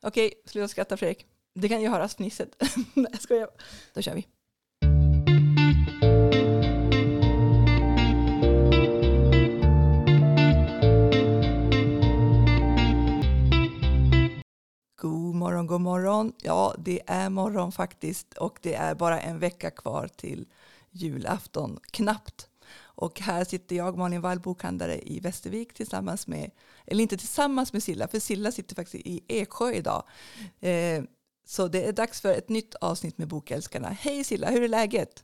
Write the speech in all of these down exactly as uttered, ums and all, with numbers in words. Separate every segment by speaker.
Speaker 1: Okej, sluta skratta Fredrik. Det kan ju höras fnisset. Nej, jag skojar. Då kör vi. God morgon, god morgon. Ja, det är morgon faktiskt. Och det är bara en vecka kvar till julafton. Knappt. Och här sitter jag, Malin Wall, bokhandlare i Västervik tillsammans med, eller inte tillsammans med Silla, för Silla sitter faktiskt i Eksjö idag. Eh, så det är dags för ett nytt avsnitt med Bokälskarna. Hej Silla, hur är läget?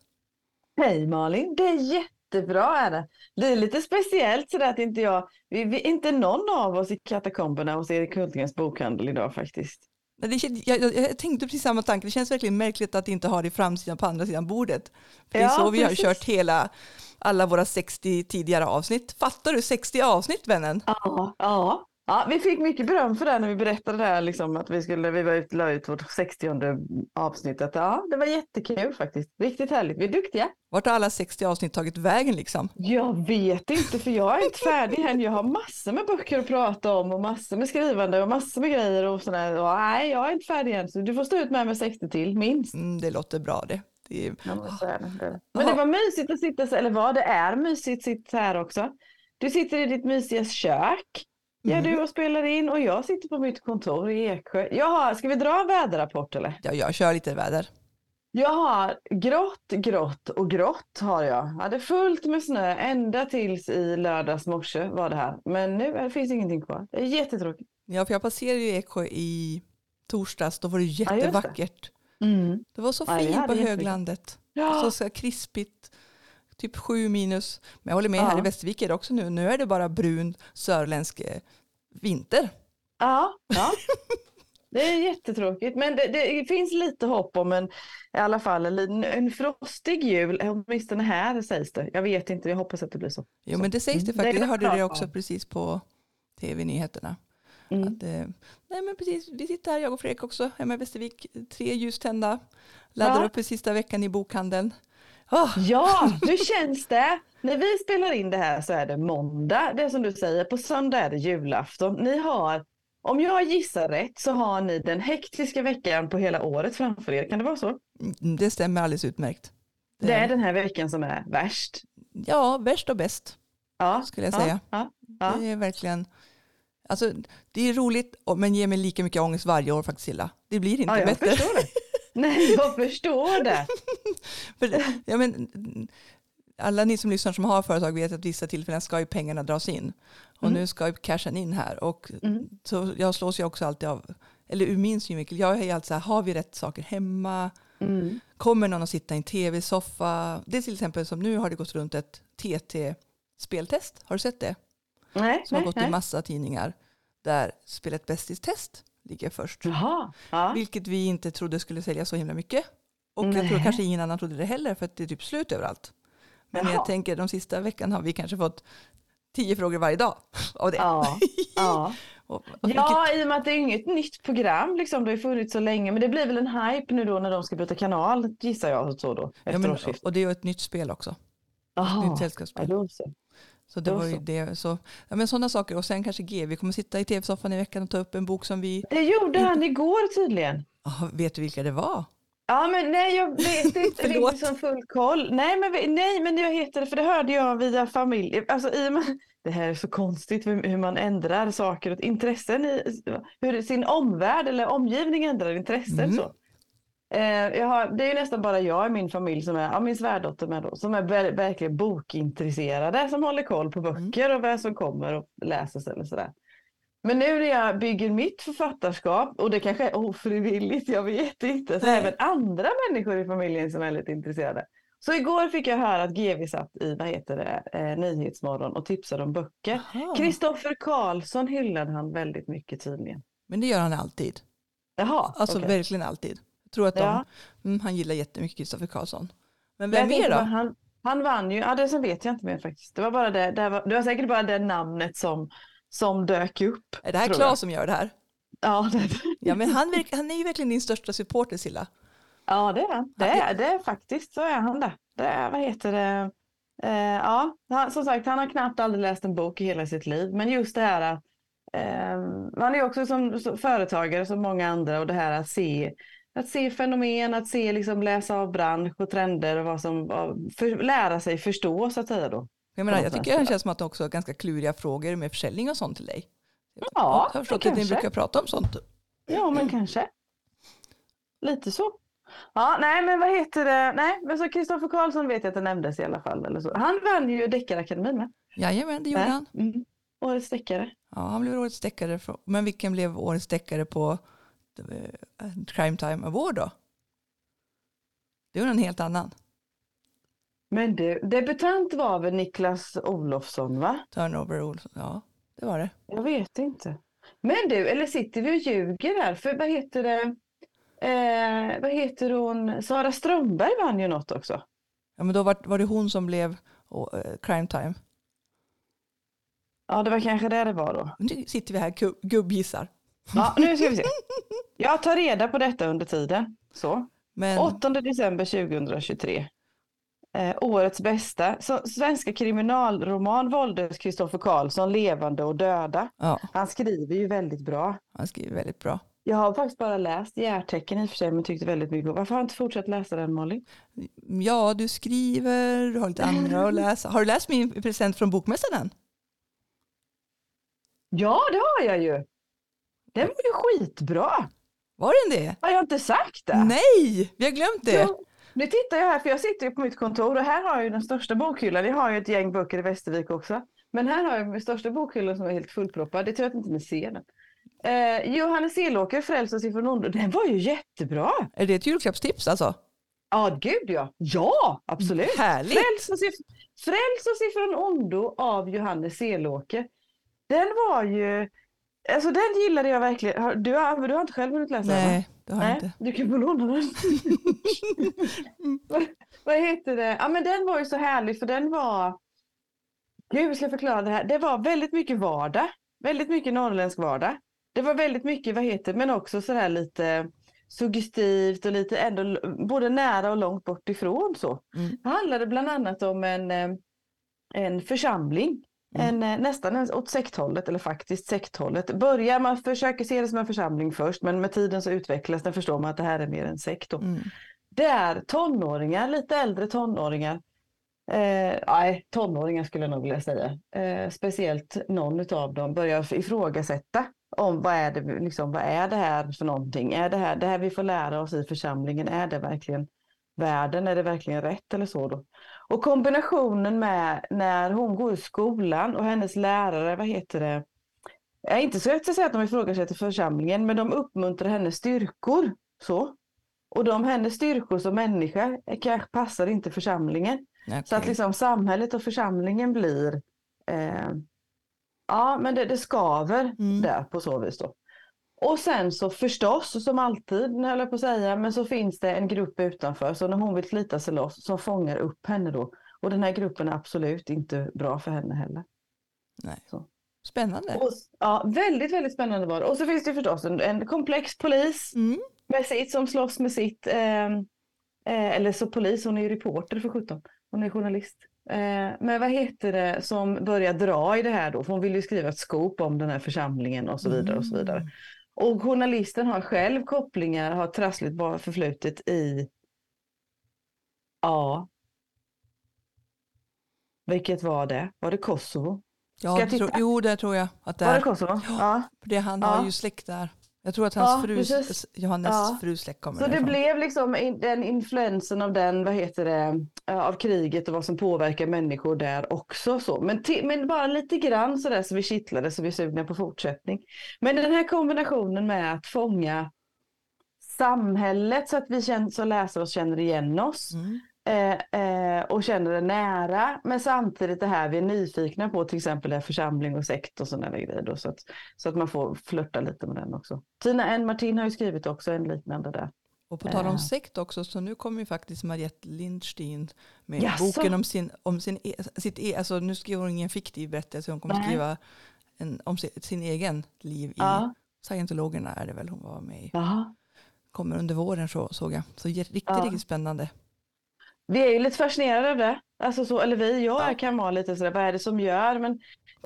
Speaker 2: Hej Malin, det är jättebra är det. Det är lite speciellt sådär att inte jag, vi, vi, inte någon av oss i katakomberna hos Erik Hultingens bokhandel idag faktiskt.
Speaker 1: Det känns, jag, jag tänkte precis samma tanke. Det känns verkligen märkligt att inte ha det i framsidan på andra sidan bordet. För det är
Speaker 2: Ja,
Speaker 1: så vi har
Speaker 2: precis.
Speaker 1: kört hela, alla våra sextio tidigare avsnitt. Fattar du? sextio avsnitt, vännen?
Speaker 2: Ja, ja. Ja, vi fick mycket beröm för det när vi berättade det här, liksom, att vi skulle, vi var ute och la ut vårt sextionde avsnittet. Ja, det var jättekul faktiskt. Riktigt härligt. Vi är duktiga.
Speaker 1: Vart har alla sextio avsnitt tagit vägen liksom?
Speaker 2: Jag vet inte, för jag är inte färdig än. Jag har massor med böcker att prata om och massor med skrivande och massor med grejer och sådär. Och nej, jag är inte färdig än. Så du får stå ut med mig sextio till, minst.
Speaker 1: Mm, det låter bra det. det är...
Speaker 2: Ja, men, så är det, det. Men det var mysigt att sitta så, eller vad det är mysigt att sitta här också. Du sitter i ditt mysiga kök. Ja,
Speaker 1: Mm.
Speaker 2: du och spelar in och jag sitter på mitt kontor i Eksjö. Jag har, ska vi dra en väderrapport eller?
Speaker 1: Ja, jag kör lite väder.
Speaker 2: Jag har grått, grått och grått har jag. Jag hade fullt med snö ända tills i lördags morse var det här. Men nu finns ingenting kvar. Det är jättetråkigt.
Speaker 1: Ja, för jag passerade ju Eksjö i torsdags. Då var det jättevackert.
Speaker 2: Ja, det. Mm.
Speaker 1: det var så
Speaker 2: Ja,
Speaker 1: fint
Speaker 2: det
Speaker 1: på
Speaker 2: är
Speaker 1: höglandet.
Speaker 2: Ja.
Speaker 1: Så, så krispigt. Typ sju minus. Men jag håller med,
Speaker 2: Ja.
Speaker 1: här i Västervik är det också nu. Nu är det bara brun sörländsk vinter.
Speaker 2: Ja, ja. Det är jättetråkigt. Men det, det finns lite hopp om en, i alla fall en, en frostig jul. Åtminstone här sägs det. Jag vet inte, jag hoppas att det blir så.
Speaker 1: Jo, men det sägs det
Speaker 2: Mm.
Speaker 1: faktiskt.
Speaker 2: Det är
Speaker 1: Jag hörde
Speaker 2: klart.
Speaker 1: det också precis på tv-nyheterna.
Speaker 2: Mm.
Speaker 1: Att, eh, nej men precis, vi sitter här, jag och Fredrik också, hemma i Västervik. Tre ljus tända. Laddar
Speaker 2: Ja.
Speaker 1: upp för sista veckan i bokhandeln. Oh.
Speaker 2: Ja, hur känns det? När vi spelar in det här så är det måndag. Det är som du säger, på söndag är det julafton. Ni har, om jag gissar rätt, så har ni den hektiska veckan på hela året framför er. Kan det vara så?
Speaker 1: Det stämmer alldeles utmärkt.
Speaker 2: Det är den här veckan som är värst.
Speaker 1: Ja, värst och bäst
Speaker 2: Ja,
Speaker 1: skulle jag
Speaker 2: ja,
Speaker 1: säga.
Speaker 2: Ja, ja.
Speaker 1: Det är verkligen, alltså det är roligt men ger mig lika mycket ångest varje år faktiskt, Silla. Det blir inte
Speaker 2: Ja, jag
Speaker 1: bättre.
Speaker 2: förstår det. Nej, jag förstår det.
Speaker 1: För, ja, men, alla ni som lyssnar som har företag vet att vissa tillfällen ska ju pengarna dras in. Och
Speaker 2: Mm.
Speaker 1: nu ska ju cashen in här. Och
Speaker 2: Mm.
Speaker 1: så jag slås ju också alltid av, eller ur min synvinkel, jag är ju alltid så här, har vi rätt saker hemma?
Speaker 2: Mm.
Speaker 1: Kommer någon att sitta i en tv-soffa? Det är till exempel som nu har det gått runt ett T T-speltest. Har du sett det?
Speaker 2: Nej,
Speaker 1: Som
Speaker 2: nej,
Speaker 1: har gått
Speaker 2: nej.
Speaker 1: i massa tidningar. Där spelet Bästis-test ligger först.
Speaker 2: Jaha, ja.
Speaker 1: Vilket vi inte trodde skulle sälja så himla mycket. Och jag
Speaker 2: Nej.
Speaker 1: tror kanske ingen annan trodde det heller, för att det är typ slut överallt. Men
Speaker 2: Jaha.
Speaker 1: jag tänker de sista veckan har vi kanske fått tio frågor varje dag av det.
Speaker 2: Ja, ja.
Speaker 1: och, och
Speaker 2: Ja, i och med att det är inget nytt program, liksom, det har ju funnits så länge. Men det blir väl en hype nu då när de ska byta kanal, gissar jag så då, efter
Speaker 1: ja, men,
Speaker 2: årsskiftet.
Speaker 1: och det är ju ett nytt spel också.
Speaker 2: Jaha,
Speaker 1: Nytt
Speaker 2: ja,
Speaker 1: sällskapsspel.
Speaker 2: då så.
Speaker 1: Så det
Speaker 2: då
Speaker 1: var ju
Speaker 2: så.
Speaker 1: det. Så, ja, men sådana saker. Och sen kanske G. Vi kommer sitta i tv-soffan i veckan och ta upp en bok som vi...
Speaker 2: Det gjorde han igår tydligen.
Speaker 1: Oh, vet du vilka det var?
Speaker 2: Ja, men nej, jag vet inte,
Speaker 1: Förlåt.
Speaker 2: inte som full koll. Nej, men vi- nej, men jag heter det, för det hörde jag via familj. Alltså, i och med, det här är så konstigt hur, hur man ändrar saker och intressen i hur sin omvärld eller omgivning ändrar intressen.
Speaker 1: Mm.
Speaker 2: Så. Eh, jag har, det är ju nästan bara jag i min familj som är, ja, min svärdotter med då, som är ver- verkligen bokintresserade, som håller koll på böcker och vad som kommer och läses eller sådär. Men nu när jag bygger mitt författarskap, och det kanske är ofrivilligt, jag vet inte, så
Speaker 1: Nej.
Speaker 2: även andra människor i familjen som är lite intresserade. Så igår fick jag höra att G V satt i, vad heter det, eh, Nyhetsmorgon och tipsade om böcker.
Speaker 1: Aha.
Speaker 2: Kristoffer Karlsson hyllade han väldigt mycket tydligen.
Speaker 1: Men det gör han alltid.
Speaker 2: Jaha,
Speaker 1: Alltså
Speaker 2: okej.
Speaker 1: verkligen alltid. Jag tror att de,
Speaker 2: Ja.
Speaker 1: mm, han gillar jättemycket Kristoffer Karlsson. Men
Speaker 2: Men
Speaker 1: vem
Speaker 2: jag
Speaker 1: mer
Speaker 2: tänkte
Speaker 1: då?
Speaker 2: bara, Han, han vann ju, ja det som vet jag inte mer faktiskt. Det var bara det, det var, det var säkert bara det namnet som, som dök upp.
Speaker 1: Är det här
Speaker 2: tror
Speaker 1: Claes
Speaker 2: jag.
Speaker 1: som gör det här?
Speaker 2: Ja, det,
Speaker 1: Ja, men han, verk- han är ju verkligen din största supporter, Silla.
Speaker 2: ja, det är han. Det är, det är faktiskt, så är han det. Det är, vad heter det? Eh, ja, han, som sagt, han har knappt aldrig läst en bok i hela sitt liv. Men just det här att eh, man är också som, som företagare som många andra, och det här att se, att se fenomen, att se, liksom, läsa av bransch och trender och vad som, för, lära sig förstå så att säga då.
Speaker 1: Jag menar, jag tycker det känns som att det också är ganska kluriga frågor med försäljning och sånt till dig.
Speaker 2: Ja,
Speaker 1: jag har förstått att
Speaker 2: kanske.
Speaker 1: ni brukar prata om sånt.
Speaker 2: Ja, men kanske. Lite så. Ja, nej, men vad heter det? Nej, men så Kristoffer Karlsson vet jag att det nämndes i alla fall. Eller så. Han vann ju Deckarakademin med.
Speaker 1: Jajamän, det gjorde
Speaker 2: nej.
Speaker 1: han.
Speaker 2: Mm. Årets deckare.
Speaker 1: Ja, han blev årets deckare. Men vilken blev årets deckare på Crime Time Award då? Det var en helt annan.
Speaker 2: Men du, debutant var väl Niklas Olofsson, va?
Speaker 1: Turnover Olofsson, ja, det var det.
Speaker 2: Jag vet inte. Men du, eller sitter vi och ljuger här? För vad heter det? Eh, vad heter hon? Sara Strömberg vann ju något också.
Speaker 1: Ja, men då var, var det hon som blev oh, uh, Crime Time.
Speaker 2: Ja, det var kanske det det var då.
Speaker 1: Nu sitter vi här gubb, gubbgissar.
Speaker 2: Ja, nu ska vi se. Jag tar reda på detta under tiden. Så.
Speaker 1: Men...
Speaker 2: åttonde december tjugohundratjugotre. Eh, årets bästa. Så, svenska kriminalroman valdes Kristoffer Karlsson, Levande och döda.
Speaker 1: Ja.
Speaker 2: Han skriver ju väldigt bra.
Speaker 1: Han skriver väldigt bra.
Speaker 2: Jag har faktiskt bara läst Hjärtecken i och för sig, men tyckte väldigt mycket. Varför har jag inte fortsatt läsa den, Molly?
Speaker 1: Ja, du skriver, du har lite andra att läsa. Har du läst min present från Bokmässan?
Speaker 2: Ja, det har jag ju. Den var ju skitbra.
Speaker 1: Var den det?
Speaker 2: Har jag inte sagt det?
Speaker 1: Nej, vi har glömt det.
Speaker 2: Jo, nu tittar jag här, för jag sitter ju på mitt kontor och här har jag ju den största bokhyllan. Jag har ju ett gäng böcker i Västervik också. Men här har jag min största bokhyllan som är helt fullproppad. Det tror jag inte ni ser den. Eh, Johannes Selåker, Frälst oss ifrån ondo. Den var ju jättebra.
Speaker 1: Är det ett julklappstips alltså?
Speaker 2: Ja, gud ja. Ja, absolut.
Speaker 1: Härligt.
Speaker 2: Frälst oss, if- Frälst oss ifrån ondo av Johannes Selåker. Den var ju... Alltså den gillade jag verkligen. Har- Du har, du har inte själv hunnit läsa den, va?
Speaker 1: Nej, det har jag inte.
Speaker 2: Du kan få låna den. vad, vad heter det? Ja, men den var ju så härlig, för den var... Gud, ska jag förklara det här? Det var väldigt mycket vardag. Väldigt mycket norrländsk vardag. Det var väldigt mycket, vad heter det, men också så här lite suggestivt och lite ändå l- både nära och långt bort ifrån så.
Speaker 1: Mm.
Speaker 2: Det handlade bland annat om en, eh, en församling.
Speaker 1: Mm.
Speaker 2: En, eh, nästan en, åt sekthållet, eller faktiskt sekthållet. Börjar man försöka se det som en församling först, men med tiden så utvecklas den, förstår man att det här är mer en sekt då.
Speaker 1: Mm.
Speaker 2: Det är tonåringar, lite äldre tonåringar. Eh, nej, tonåringar skulle jag nog vilja säga. Eh, speciellt någon av dem börjar ifrågasätta om vad är det, liksom, vad är det här för någonting? Är det här, det här vi får lära oss i församlingen, är det verkligen världen? Är det verkligen rätt eller så då? Och kombinationen med när hon går i skolan och hennes lärare, vad heter det? Jag är inte så att säga att de ifrågasätter församlingen, men de uppmuntrar hennes styrkor. Så. Och de hennes styrkor som människa kanske passar inte församlingen.
Speaker 1: Okay.
Speaker 2: Så att liksom samhället och församlingen blir, eh, ja men det, det skaver
Speaker 1: Mm.
Speaker 2: där på så vis då. Och sen så förstås, som alltid när jag på att säga, men så finns det en grupp utanför, så när hon vill slita sig loss som fångar upp henne då. Och den här gruppen är absolut inte bra för henne heller.
Speaker 1: Nej.
Speaker 2: Så.
Speaker 1: Spännande.
Speaker 2: Och, ja, väldigt, väldigt spännande var det. Och så finns det förstås en, en komplex polis
Speaker 1: Mm.
Speaker 2: med sitt som slåss med sitt, eh, eh, eller så polis, hon är ju reporter för sjutton. Hon är journalist. Eh, men vad heter det som börjar dra i det här då? För hon vill ju skriva ett scoop om den här församlingen och så vidare och så vidare.
Speaker 1: Mm.
Speaker 2: Och journalisten har själv kopplingar, har trassligt bara förflutet i, ja, vilket var det? Var det Kosovo?
Speaker 1: Ja,
Speaker 2: Ska jag
Speaker 1: det
Speaker 2: titta?
Speaker 1: tro, jo, det tror jag. Att det
Speaker 2: Var det
Speaker 1: är.
Speaker 2: Kosovo?
Speaker 1: Ja.
Speaker 2: Ja.
Speaker 1: För det, han
Speaker 2: Ja.
Speaker 1: har ju släkt där. Jag tror att hans
Speaker 2: Ja,
Speaker 1: frus,
Speaker 2: precis.
Speaker 1: Johannes
Speaker 2: Ja.
Speaker 1: frus släkt kommer
Speaker 2: Så det
Speaker 1: därifrån.
Speaker 2: blev liksom in- den influensen av den, vad heter det, eh, av kriget och vad som påverkar människor där också så. Men, ti- men bara lite grann så där så vi kittlade så vi är sugna på fortsättning. Men den här kombinationen med att fånga samhället så att vi känner, så läser oss känner igen oss.
Speaker 1: Mm.
Speaker 2: Eh, eh, och känner det nära, men samtidigt det här vi är nyfikna på, till exempel det här församling och sekt och sådana grejer då, så att, så att man får flirta lite med den också. Tina N. Martin har ju skrivit också en liknande där.
Speaker 1: Och på tal om
Speaker 2: Eh.
Speaker 1: sekt också, så nu kommer ju faktiskt Mariette Lindstein med
Speaker 2: Jaså?
Speaker 1: boken om sin, om sin e, sitt e, alltså nu skriver hon ingen fiktiv berättelse, hon kommer
Speaker 2: Nej.
Speaker 1: skriva en, om sin, sin egen liv i
Speaker 2: Ja.
Speaker 1: Scientologerna är det väl hon var med i.
Speaker 2: Jaha.
Speaker 1: Kommer under våren så, såg jag. Så riktigt,
Speaker 2: Ja.
Speaker 1: riktigt spännande.
Speaker 2: Vi är ju lite fascinerade av det. Alltså så, eller vi, jag
Speaker 1: Ja.
Speaker 2: kan vara lite sådär, vad är det som gör? Men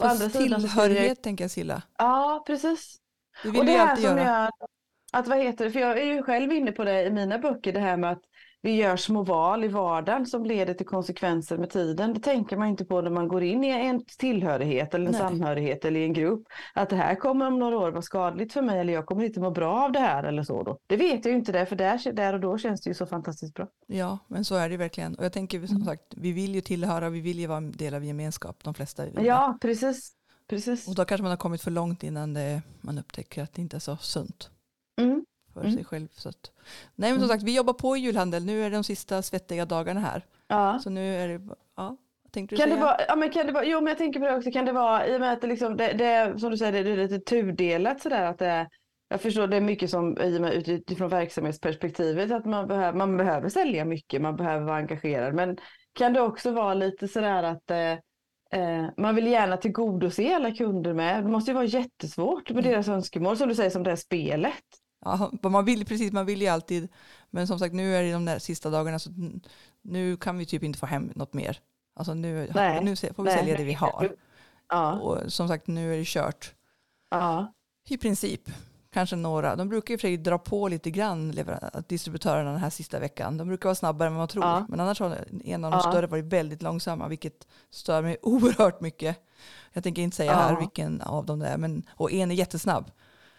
Speaker 2: å andra sidan så
Speaker 1: tillhörighet
Speaker 2: skriver jag,
Speaker 1: tänker jag, Silla.
Speaker 2: ja, precis.
Speaker 1: Det vill
Speaker 2: Och det
Speaker 1: vi
Speaker 2: här
Speaker 1: alltid
Speaker 2: som
Speaker 1: göra.
Speaker 2: gör att, vad heter det, för jag är ju själv inne på det i mina böcker, det här med att vi gör små val i vardagen som leder till konsekvenser med tiden. Det tänker man inte på när man går in i en tillhörighet eller en
Speaker 1: Nej.
Speaker 2: samhörighet eller i en grupp. Att det här kommer om några år vara skadligt för mig eller jag kommer inte må bra av det här eller så då. Det vet jag ju inte det, för där, där och då känns det ju så fantastiskt bra.
Speaker 1: Ja, men så är det verkligen. Och jag tänker som sagt, vi vill ju tillhöra, vi vill ju vara en del av gemenskap, de flesta vill det.
Speaker 2: Ja, precis. precis.
Speaker 1: Och då kanske man har kommit för långt innan det, man upptäcker att det inte är så sunt
Speaker 2: Mm.
Speaker 1: för
Speaker 2: Mm.
Speaker 1: sig själv. Så att, nej, men som sagt, vi jobbar på i julhandel. Nu är det de sista svettiga dagarna här.
Speaker 2: Ja.
Speaker 1: Så nu är det, ja, vad tänkte du
Speaker 2: Kan
Speaker 1: säga?
Speaker 2: det vara, ja, men kan det vara, jo men jag tänker på det också, kan det vara, i och med att det liksom, det, det som du säger, det, det är lite tudelat sådär, att det är, jag förstår det är mycket som, i och med utifrån verksamhetsperspektivet, att man behöver, man behöver sälja mycket, man behöver vara engagerad, men kan det också vara lite sådär att eh, eh, man vill gärna tillgodose alla kunder med, det måste ju vara jättesvårt med
Speaker 1: Mm.
Speaker 2: deras önskemål, som du säger, som det här spelet.
Speaker 1: Ja, man vill, precis, man vill ju alltid. Men som sagt, nu är det de där sista dagarna, så n- nu kan vi typ inte få hem något mer. Alltså nu,
Speaker 2: Nej,
Speaker 1: nu se- får vi
Speaker 2: nej,
Speaker 1: sälja det vi har.
Speaker 2: Ja,
Speaker 1: Och som sagt, nu är det kört.
Speaker 2: ja,
Speaker 1: I princip. Kanske några. De brukar ju för sig dra på lite grann, lever- distributörerna, den här sista veckan. De brukar vara snabbare än vad man tror.
Speaker 2: Ja.
Speaker 1: Men annars har en av de
Speaker 2: Ja.
Speaker 1: större varit väldigt långsamma, vilket stör mig oerhört mycket. Jag tänker inte säga
Speaker 2: Ja.
Speaker 1: här vilken av dem det är. Men, och en är jättesnabb.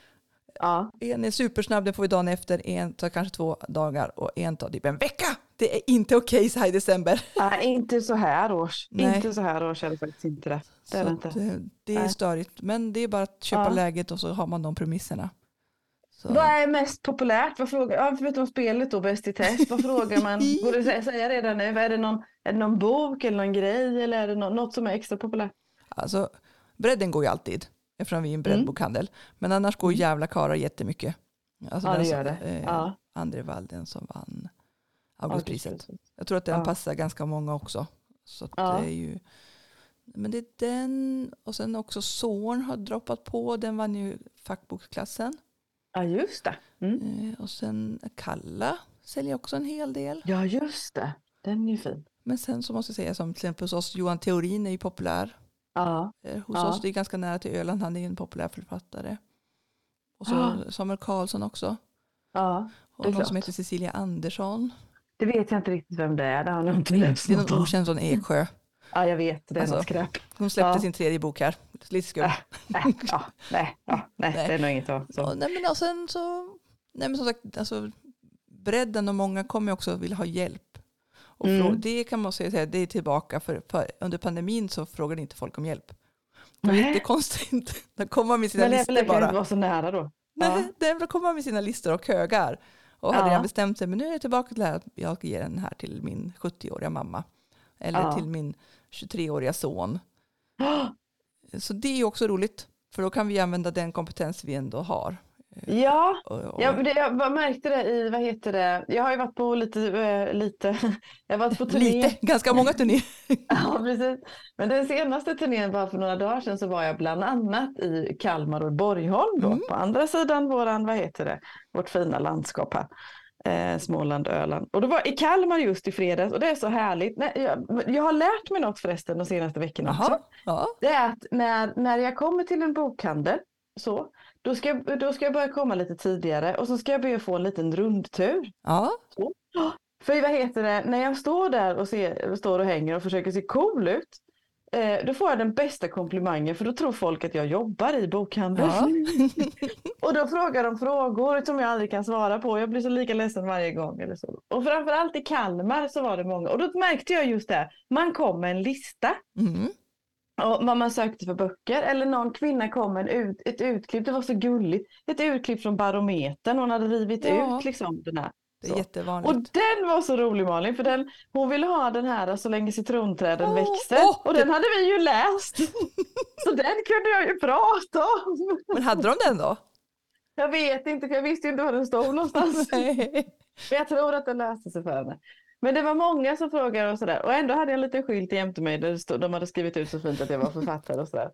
Speaker 2: ja.
Speaker 1: En är supersnabb, det får vi dagen efter. En tar kanske två dagar och en tar typ en vecka. Det är inte okej så här i december.
Speaker 2: Nej, inte så här års.
Speaker 1: Nej.
Speaker 2: Inte så här års är det faktiskt inte det. Det är
Speaker 1: Så
Speaker 2: det inte.
Speaker 1: att, eh, det är
Speaker 2: Nej.
Speaker 1: störigt. Men det är bara att köpa
Speaker 2: Ja.
Speaker 1: läget och så har man de premisserna. Så.
Speaker 2: Vad är mest populärt? Vad frågar, ja, förutom spelet då, Bäst i test, vad frågar man? Går det att säga- säga redan nu? Är det, någon, är det någon bok eller någon grej eller är det något, något som är extra populärt?
Speaker 1: Alltså, bredden går ju alltid, eftersom vi är en breddbokhandel. Men annars går
Speaker 2: Mm.
Speaker 1: jävla karlar jättemycket. Alltså
Speaker 2: Ja,
Speaker 1: den
Speaker 2: det
Speaker 1: som-
Speaker 2: gör det.
Speaker 1: Eh,
Speaker 2: Ja.
Speaker 1: André Walden som vann
Speaker 2: Ja,
Speaker 1: Augustpriset.
Speaker 2: precis.
Speaker 1: Jag tror att den
Speaker 2: Ja.
Speaker 1: passar ganska många också. Så att
Speaker 2: Ja.
Speaker 1: det är ju... Men det är den, och sen också Zorn har droppat på. Den vann ju fackboksklassen.
Speaker 2: Ja, just det. Mm.
Speaker 1: Eh, och sen Kalla säljer också en hel del.
Speaker 2: Ja, just det. Den är ju fin.
Speaker 1: Men sen så måste jag säga som till exempel hos oss, Johan Theorin är ju populär.
Speaker 2: Ja.
Speaker 1: Eh, hos
Speaker 2: Ja.
Speaker 1: oss, det är ganska nära till Öland, han är ju en populär författare. Och så
Speaker 2: Ja.
Speaker 1: Samuel Karlsson också.
Speaker 2: Ja,
Speaker 1: Och
Speaker 2: det är
Speaker 1: någon
Speaker 2: klart.
Speaker 1: som heter Cecilia Andersson.
Speaker 2: det vet jag inte riktigt vem det är. Det har jag inte läst
Speaker 1: Det är
Speaker 2: något
Speaker 1: någon
Speaker 2: om.
Speaker 1: okänd från Eksjö.
Speaker 2: Ja, jag vet. Det är
Speaker 1: Alltså,
Speaker 2: något skräp.
Speaker 1: Hon släppte
Speaker 2: Ja.
Speaker 1: sin tredje bok här. Lite skumt.
Speaker 2: Äh, nej, ja, nej, ja, nej,
Speaker 1: Nej.
Speaker 2: det är nog inget att... Så.
Speaker 1: Och, nej, men och sen så, nej men som sagt, alltså, bredden och många kommer också vilja ha hjälp. Och
Speaker 2: Mm.
Speaker 1: frå- det kan man säga, det är tillbaka, för, för under pandemin så frågade inte folk om hjälp. Det var
Speaker 2: Nej.
Speaker 1: jättekonstigt. De kommer med sina
Speaker 2: Men det
Speaker 1: listor
Speaker 2: kan
Speaker 1: bara.
Speaker 2: inte vara så nära då.
Speaker 1: Nej, ja. De kommer med sina listor och högar. Och hade
Speaker 2: Ja.
Speaker 1: jag bestämt sig, men nu är jag tillbaka till det här att jag ska ge den här till min sjuttioåriga mamma. Eller
Speaker 2: Ja.
Speaker 1: till min tjugotreåriga son.
Speaker 2: Ja.
Speaker 1: Så det är ju också roligt. För då kan vi använda den kompetens vi ändå har.
Speaker 2: Ja,
Speaker 1: Och, och,
Speaker 2: ja men det, jag bara märkte det i, vad heter det, jag har ju varit på lite, eh, lite, jag har varit på turné.
Speaker 1: lite, ganska många turnéer.
Speaker 2: Ja, precis. Men den senaste turnén bara för några dagar sedan så var jag bland annat i Kalmar och Borgholm då,
Speaker 1: Mm.
Speaker 2: på andra sidan våran, vad heter det, vårt fina landskap här. Eh, Småland, Öland. Och då var jag i Kalmar just i fredags och det är så härligt. Nej, jag, jag har lärt mig något förresten de senaste veckorna också.
Speaker 1: Jaha, ja.
Speaker 2: Det är att när, när jag kommer till en bokhandel så, då ska, jag- då ska jag börja komma lite tidigare och så ska jag börja få en liten rundtur.
Speaker 1: Ja,
Speaker 2: För vad heter det, när jag står där och ser, står och hänger och försöker se cool ut, eh, då får jag den bästa komplimangen för då tror folk att jag jobbar i bokhandeln.
Speaker 1: Ja.
Speaker 2: Och då frågar de frågor som jag aldrig kan svara på. Jag blir så lika ledsen varje gång eller så. Och framförallt i Kalmar så var det många. Och då märkte jag just det, man kom med en lista.
Speaker 1: mm.
Speaker 2: Och vad man sökte för böcker. Eller någon kvinna kom med en ut, ett utklipp, det var så gulligt. Ett utklipp från Barometern, hon hade rivit
Speaker 1: Ja.
Speaker 2: ut liksom den här.
Speaker 1: Det är
Speaker 2: Så.
Speaker 1: jättevanligt.
Speaker 2: Och den var så rolig Malin, för den, hon ville ha den här Så länge citronträden
Speaker 1: Åh,
Speaker 2: växer.
Speaker 1: åh,
Speaker 2: och
Speaker 1: det-
Speaker 2: den hade vi ju läst. Så den kunde jag ju prata om.
Speaker 1: Men hade de den då?
Speaker 2: Jag vet inte, för jag visste ju inte var den stod någonstans.
Speaker 1: Nej.
Speaker 2: Men jag tror att den löste sig för henne. Men det var många som frågade och sådär. Och ändå hade jag en liten skylt jämte mig där det stod, de hade skrivit ut så fint att jag var författare och sådär.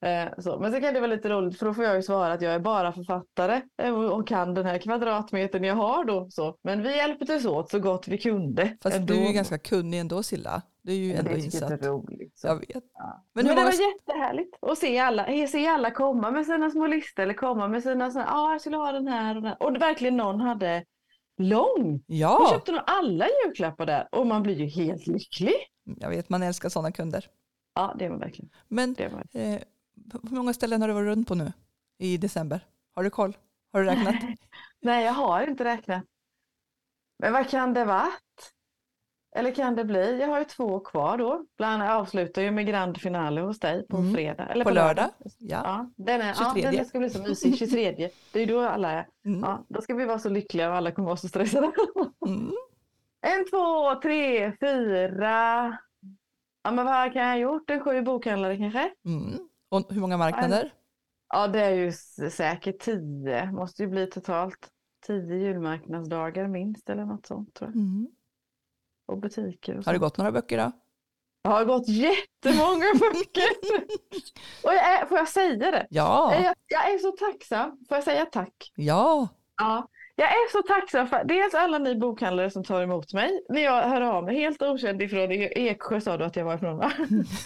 Speaker 2: Eh, så. Men så kan det vara lite roligt för då får jag ju svara att jag är bara författare eh, och, och kan den här kvadratmetern jag har då. Så. Men vi hjälpte oss åt så gott vi kunde.
Speaker 1: Fast
Speaker 2: ändå.
Speaker 1: du är ju ganska kunnig ändå, Silla. Du är ju ändå
Speaker 2: det
Speaker 1: insatt.
Speaker 2: Det är roligt. Så.
Speaker 1: Jag vet.
Speaker 2: Ja.
Speaker 1: Men,
Speaker 2: Men
Speaker 1: hur
Speaker 2: det
Speaker 1: många...
Speaker 2: var jättehärligt att se alla, se alla komma med sina små listor eller komma med sina sådana, ja ah, jag skulle ha den här och den här. Och verkligen någon hade lång.
Speaker 1: Ja.
Speaker 2: Hon köpte nog alla julklappar där och man blir ju helt lycklig.
Speaker 1: Jag vet, man älskar sådana kunder.
Speaker 2: Ja, det var verkligen.
Speaker 1: Men
Speaker 2: det var...
Speaker 1: Eh, hur många ställen har du varit runt på nu i december? Har du koll? Har du räknat?
Speaker 2: Nej, jag har inte räknat. Men vad kan det vara? Eller kan det bli? Jag har ju två kvar då. Bland annat avslutar ju med grand finale hos dig på
Speaker 1: mm.
Speaker 2: fredag. Eller
Speaker 1: på, på lördag. lördag. Ja.
Speaker 2: Ja, den, är, ja, den ska bli så mysig. tjugotredje. Det är ju då alla är. Mm. Ja, då ska vi vara så lyckliga och alla kommer vara så stressade. Mm. En, två, tre, fyra. Ja, men vad kan jag ha gjort? En sju bokhandlare kanske?
Speaker 1: Mm. Och hur många marknader?
Speaker 2: Ja, det är ju säkert tio. Måste ju bli totalt tio julmarknadsdagar minst eller något sånt tror jag. Mm. Och butiker. Och
Speaker 1: har det gått några böcker då?
Speaker 2: Det har gått jättemånga böcker. Och jag är, får jag säga det?
Speaker 1: Ja.
Speaker 2: Jag, jag är så tacksam. Får jag säga tack?
Speaker 1: Ja.
Speaker 2: Ja. Jag är så tacksam för dels alla ni bokhandlare som tar emot mig. När jag hör av mig helt okänd ifrån Eksjö sa du att jag var ifrån va?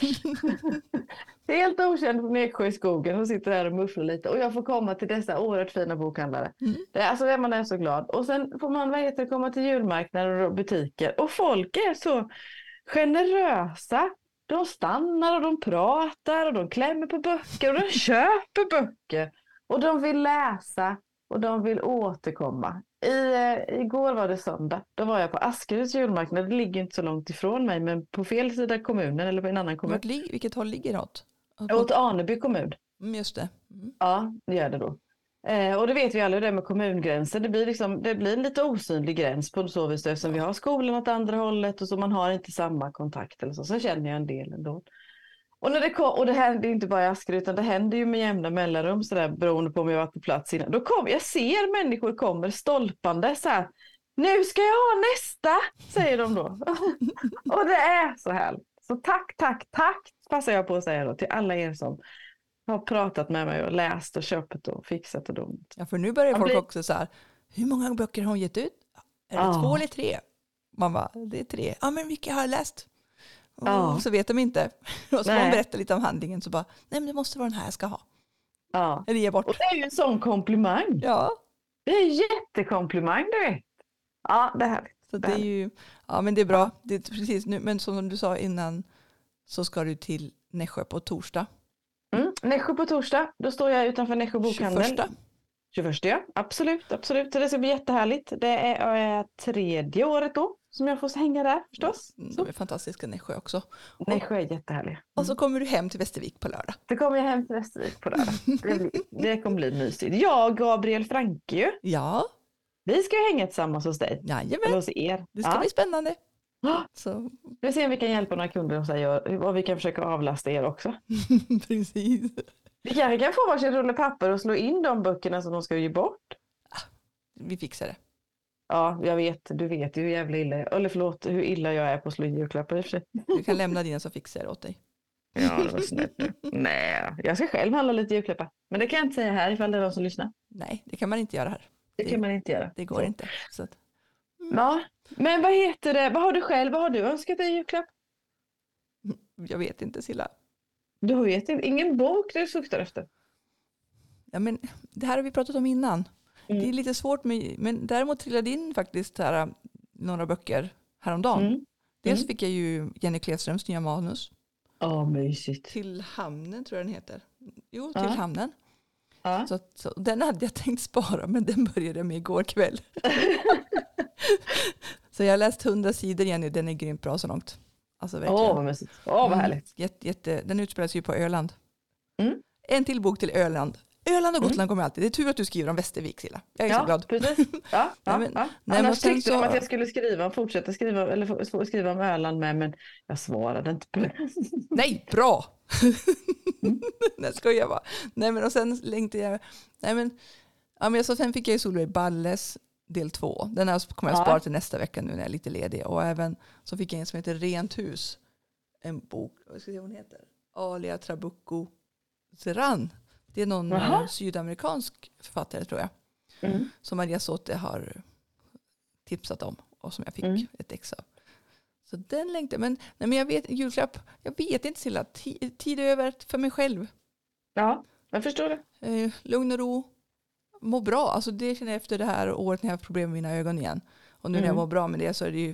Speaker 2: Helt okänd från Eksjö i skogen och sitter där och mufflar lite. Och jag får komma till dessa oerhört fina bokhandlare. Mm. Det är, alltså man är så glad. Och sen får man vad heter, komma till julmarknader och butiker. Och folk är så generösa. De stannar och de pratar och de klämmer på böcker och de köper böcker. Och de vill läsa. Och de vill återkomma. I, eh, igår var det söndag. Då var jag på Askeryds julmarknad. Det ligger inte så långt ifrån mig. Men på fel sida kommunen eller på en annan kommun.
Speaker 1: Vart, vilket håll ligger det åt?
Speaker 2: Åt Aneby kommun.
Speaker 1: Mm, just det. Mm.
Speaker 2: Ja, det gör det då. Eh, och det vet vi alla hur det är med kommungränser. Det blir, liksom, det blir en lite osynlig gräns på så vis. Eftersom vi har skolan åt andra hållet. Och så man har inte samma kontakt. Eller så. Så känner jag en del ändå. Och, när det, kom, och det händer inte bara i Askeryd utan det händer ju med jämna mellanrum sådär, beroende på om jag varit på plats innan. Då kom, jag ser människor kommer stolpande så här. Nu ska jag ha nästa, säger de då. Och det är så här. Så tack, tack, tack passar jag på att säga då till alla er som har pratat med mig och läst och köpt och fixat och dumt.
Speaker 1: Ja, för nu börjar folk
Speaker 2: blir...
Speaker 1: också så här. Hur många böcker har hon gett ut? Är det oh. två eller tre? Man bara, det är tre. Ja, men vilka har jag läst? Och ja. Så vet de inte. Och så får de berätta lite om handlingen så bara, nej men det måste vara den här jag ska ha.
Speaker 2: Ja.
Speaker 1: Eller ge bort.
Speaker 2: Och det är ju en sån komplimang.
Speaker 1: Ja.
Speaker 2: Det är en jättekomplimang du vet. Ja, det här.
Speaker 1: Så det är ju, ja men det är bra. Det är precis nu, men som du sa innan så ska du till Nässjö på torsdag.
Speaker 2: Mm, Nässjö på torsdag, då står jag utanför Nässjö bokhandel.
Speaker 1: tjugoförsta.
Speaker 2: tjugoförsta, ja. Absolut, absolut. Det ska bli jättehärligt. Det är, är tredje året då som jag får hänga där förstås.
Speaker 1: Ja, de är fantastiska Nässjö också. Och,
Speaker 2: Nässjö är jättehärlig. Mm.
Speaker 1: Och så kommer du hem till Västervik på lördag.
Speaker 2: Så kommer jag hem till Västervik på lördag. Det, blir, det kommer bli mysigt. Jag och Gabriel Franke ju.
Speaker 1: Ja.
Speaker 2: Vi ska ju hänga tillsammans hos dig.
Speaker 1: Jajamän.
Speaker 2: Eller hos er.
Speaker 1: Det ska
Speaker 2: ja.
Speaker 1: bli spännande.
Speaker 2: Så. Vi ser om vi kan hjälpa några kunder och, säga, och vi kan försöka avlasta er också.
Speaker 1: Precis.
Speaker 2: Vi kanske kan få varsin rulle papper och slå in de böckerna som de ska ge bort.
Speaker 1: Vi fixar det.
Speaker 2: Ja, jag vet. Du vet ju hur jävla illa jag, eller förlåt, hur illa jag är på att slå in julklappar i och för sig.
Speaker 1: Du kan lämna dina så fixar jag åt dig.
Speaker 2: Ja, det var snällt nu. Nej, jag ska själv handla lite julklappar. Men det kan jag inte säga här ifall det är någon som lyssnar.
Speaker 1: Nej, det kan man inte göra här.
Speaker 2: Det, det kan man inte göra.
Speaker 1: Det går så. Inte. Så att...
Speaker 2: mm. Ja, men vad heter det? Vad har du själv? Vad har du önskat dig i julklapp?
Speaker 1: Jag vet inte, Silla.
Speaker 2: Du vet inte. Ingen bok du suktar efter?
Speaker 1: Ja, men det här har vi pratat om innan.
Speaker 2: Mm.
Speaker 1: Det är lite svårt med, men däremot trillade in faktiskt här, några böcker häromdagen. Mm. Dels mm. fick jag ju Jenny Klevströms nya manus.
Speaker 2: Ja, oh, mysigt.
Speaker 1: Till hamnen tror jag den heter. Jo, till
Speaker 2: ja.
Speaker 1: hamnen.
Speaker 2: Ja.
Speaker 1: Så, så, den hade jag tänkt spara, men den började med igår kväll. Så jag har läst hundra sidor Jenny, den är grymt bra så långt. Alltså verkligen.
Speaker 2: Åh, oh, vad mysigt. Åh, oh, vad härligt.
Speaker 1: Mm, jätte, jätte, den utspelas ju på Öland.
Speaker 2: Mm.
Speaker 1: En till bok till Öland. Öland och Gotland mm. kommer alltid. Det är tur att du skriver om Västervik, Silla. Jag är
Speaker 2: ja,
Speaker 1: så glad.
Speaker 2: Precis. Ja, ja,
Speaker 1: nej, men,
Speaker 2: ja.
Speaker 1: Nej,
Speaker 2: Annars tyckte
Speaker 1: så...
Speaker 2: de att jag skulle skriva, fortsätta skriva, eller skriva om Öland med, men jag svarade inte på det.
Speaker 1: Nej, bra!
Speaker 2: Mm.
Speaker 1: Nej, ska jag vara. Nej, men och sen längtade jag... Nej, men... Ja, men så sen fick jag ju Solveig Balles del två. Den här kommer jag
Speaker 2: ja.
Speaker 1: spara till nästa vecka nu när jag är lite ledig. Och även så fick jag en som heter Rent hus. En bok, vad ska jag säga hon heter? Alia Trabucco. Ceran. Det är någon
Speaker 2: Aha.
Speaker 1: eh, sydamerikansk författare tror jag.
Speaker 2: Mm.
Speaker 1: Som Maria Sote har tipsat om. Och som jag fick
Speaker 2: Mm.
Speaker 1: ett ex av. Så den längtar. Men, nej, men jag vet, julklapp. Jag vet inte Silla. T- tid över för mig själv.
Speaker 2: Ja, jag förstår det.
Speaker 1: Eh, lugn och ro. Må bra. Alltså det känner jag efter det här året när jag har haft problem med mina ögon igen. Och nu när jag
Speaker 2: Mm.
Speaker 1: mår bra med det så är det ju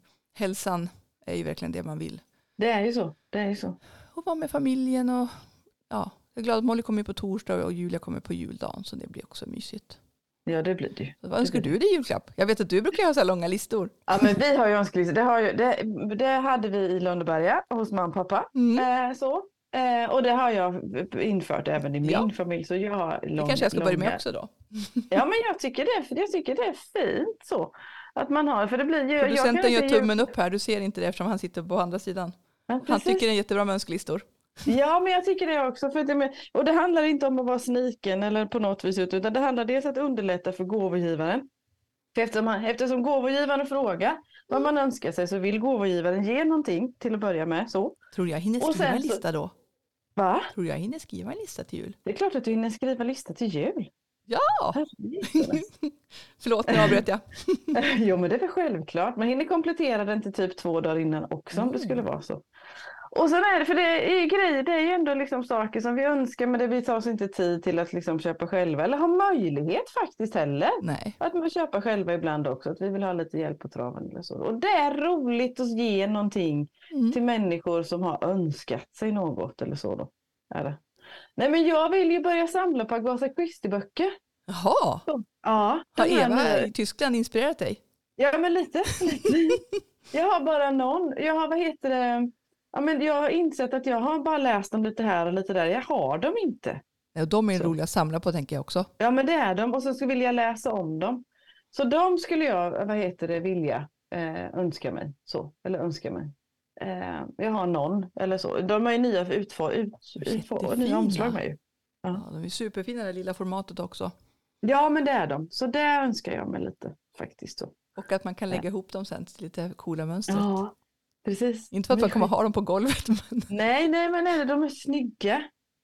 Speaker 1: hälsan är ju verkligen det man vill.
Speaker 2: Det är ju så. Det är ju så.
Speaker 1: Och vara med familjen och ja, jag är glad att Molly kommer på torsdag och Julia kommer på juldagen så det blir också mysigt.
Speaker 2: Ja, det blir det ju.
Speaker 1: Så vad önskar du dig i julklapp? Jag vet att du brukar ha så här långa listor.
Speaker 2: Ja, men vi har ju önskelistor. Det, har ju, det, det hade vi i Lönneberga hos mamma och pappa.
Speaker 1: Mm.
Speaker 2: Eh, så. Eh, och det har jag infört även i min
Speaker 1: Ja.
Speaker 2: familj. Så jag har lång,
Speaker 1: Det kanske jag ska börja med
Speaker 2: långa-
Speaker 1: också då.
Speaker 2: Ja, men jag tycker, det, jag tycker det är fint så. Att man har, för det blir ju... jag kan
Speaker 1: Producenten gör
Speaker 2: inte-
Speaker 1: tummen upp här, du ser inte det eftersom han sitter på andra sidan.
Speaker 2: Ja,
Speaker 1: Han
Speaker 2: precis.
Speaker 1: tycker det är jättebra med önskelistor.
Speaker 2: Ja, men jag tycker det också. För det, och det handlar inte om att vara sniken eller på något vis, utan det handlar dels att underlätta för gåvogivaren. För eftersom, man, eftersom gåvogivaren frågar vad man önskar sig så vill gåvogivaren ge någonting till att börja med. Så.
Speaker 1: Tror jag hinner
Speaker 2: Och
Speaker 1: skriva
Speaker 2: sen
Speaker 1: en
Speaker 2: så-
Speaker 1: lista då?
Speaker 2: Va?
Speaker 1: Tror jag hinner skriva en lista till jul?
Speaker 2: Det är klart att du hinner skriva lista till jul.
Speaker 1: Ja!
Speaker 2: Herregud.
Speaker 1: Förlåt, nu avbröt jag.
Speaker 2: Jo, men det är väl självklart. Man hinner komplettera den till typ två dagar innan också om det skulle vara så. Och sen är det, för det är grejer, det är ju ändå liksom saker som vi önskar men det vi tar oss inte tid till att liksom köpa själva eller ha möjlighet faktiskt heller.
Speaker 1: Nej.
Speaker 2: Att man köpa själva ibland också, att vi vill ha lite hjälp på traven eller så. Och det är roligt att ge någonting
Speaker 1: Mm.
Speaker 2: till människor som har önskat sig något eller så då. Är det. Nej, men jag vill ju börja samla på Agatha Christie-böcker.
Speaker 1: Jaha,
Speaker 2: Ja,
Speaker 1: har
Speaker 2: de här-
Speaker 1: Eva i Tyskland inspirerat dig?
Speaker 2: Ja, men lite. lite. Jag har bara någon. Jag har, vad heter det? Ja, men jag har insett att jag har bara läst dem lite här och lite där. Jag har dem inte.
Speaker 1: Ja, de är
Speaker 2: Så.
Speaker 1: roliga att samla på tänker jag också.
Speaker 2: Ja, men det är de. Och så skulle jag läsa om dem. Så de skulle jag, vad heter det, vilja eh, önska mig. Så, eller önska mig. Eh, jag har någon eller så. De har ju nya, utfor, ut, utfor, nya
Speaker 1: Jättefina.
Speaker 2: omslag med ju.
Speaker 1: Ja, de är superfina det lilla formatet också.
Speaker 2: Ja, men det är de. Så det önskar jag mig lite faktiskt. Så.
Speaker 1: Och att man kan lägga ihop dem sen till lite coola mönster.
Speaker 2: Ja, precis.
Speaker 1: Inte för att man kommer ha dem på golvet. Men...
Speaker 2: Nej, nej, men nej, de är snygga.